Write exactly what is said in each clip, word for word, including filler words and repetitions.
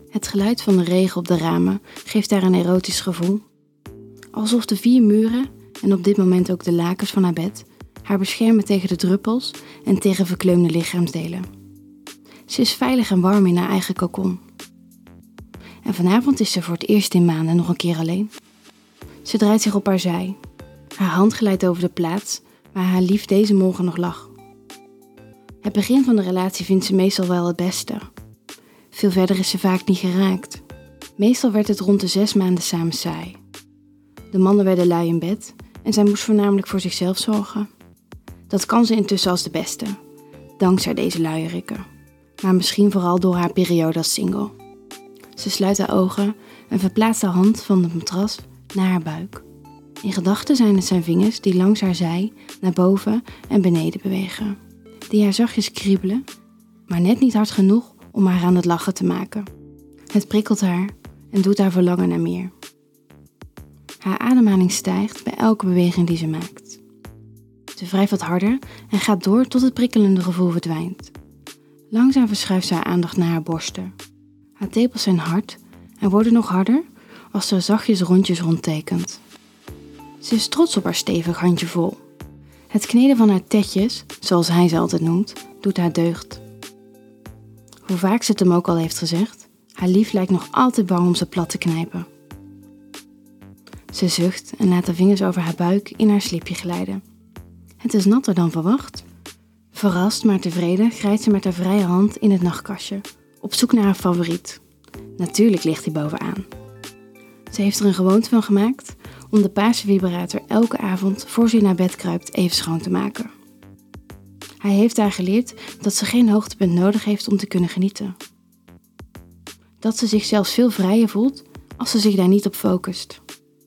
Het geluid van de regen op de ramen geeft haar een erotisch gevoel. Alsof de vier muren, en op dit moment ook de lakens van haar bed, haar beschermen tegen de druppels en tegen verkleumde lichaamsdelen. Ze is veilig en warm in haar eigen kokon. En vanavond is ze voor het eerst in maanden nog een keer alleen. Ze draait zich op haar zij. Haar hand glijdt over de plaats waar haar lief deze morgen nog lag. Het begin van de relatie vindt ze meestal wel het beste. Veel verder is ze vaak niet geraakt. Meestal werd het rond de zes maanden samen saai. De mannen werden lui in bed en zij moest voornamelijk voor zichzelf zorgen. Dat kan ze intussen als de beste, dankzij deze luierikken. Maar misschien vooral door haar periode als single. Ze sluit haar ogen en verplaatst haar hand van het matras naar haar buik. In gedachten zijn het zijn vingers die langs haar zij naar boven en beneden bewegen. Die haar zachtjes kriebelen, maar net niet hard genoeg om haar aan het lachen te maken. Het prikkelt haar en doet haar verlangen naar meer. Haar ademhaling stijgt bij elke beweging die ze maakt. Ze wrijft wat harder en gaat door tot het prikkelende gevoel verdwijnt. Langzaam verschuift ze haar aandacht naar haar borsten. Haar tepels zijn hard en worden nog harder als ze er zachtjes rondjes rondtekent. Ze is trots op haar stevig handjevol. Het kneden van haar tetjes, zoals hij ze altijd noemt, doet haar deugd. Hoe vaak ze het hem ook al heeft gezegd, haar lief lijkt nog altijd bang om ze plat te knijpen. Ze zucht en laat haar vingers over haar buik in haar slipje glijden. Het is natter dan verwacht. Verrast maar tevreden grijpt ze met haar vrije hand in het nachtkastje, op zoek naar haar favoriet. Natuurlijk ligt hij bovenaan. Ze heeft er een gewoonte van gemaakt om de paarse vibrator elke avond voor ze naar bed kruipt even schoon te maken. Hij heeft haar geleerd dat ze geen hoogtepunt nodig heeft om te kunnen genieten. Dat ze zich zelfs veel vrijer voelt als ze zich daar niet op focust.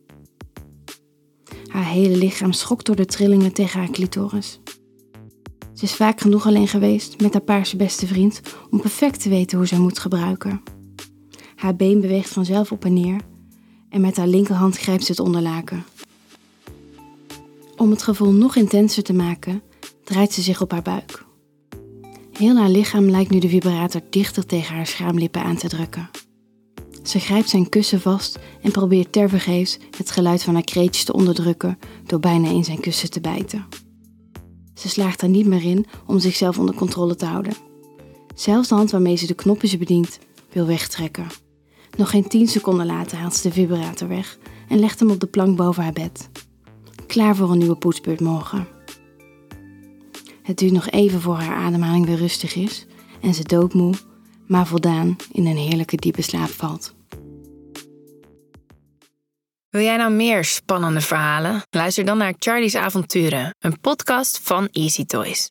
Haar hele lichaam schokt door de trillingen tegen haar clitoris. Ze is vaak genoeg alleen geweest met haar paarse beste vriend om perfect te weten hoe ze hem moet gebruiken. Haar been beweegt vanzelf op en neer en met haar linkerhand grijpt ze het onderlaken. Om het gevoel nog intenser te maken, draait ze zich op haar buik. Heel haar lichaam lijkt nu de vibrator dichter tegen haar schaamlippen aan te drukken. Ze grijpt zijn kussen vast en probeert tevergeefs het geluid van haar kreetjes te onderdrukken door bijna in zijn kussen te bijten. Ze slaagt er niet meer in om zichzelf onder controle te houden. Zelfs de hand waarmee ze de knopjes bedient, wil wegtrekken. Nog geen tien seconden later haalt ze de vibrator weg en legt hem op de plank boven haar bed. Klaar voor een nieuwe poetsbeurt morgen. Het duurt nog even voor haar ademhaling weer rustig is en ze doodmoe, maar voldaan in een heerlijke diepe slaap valt. Wil jij nou meer spannende verhalen? Luister dan naar Charlie's Avonturen, een podcast van Easy Toys.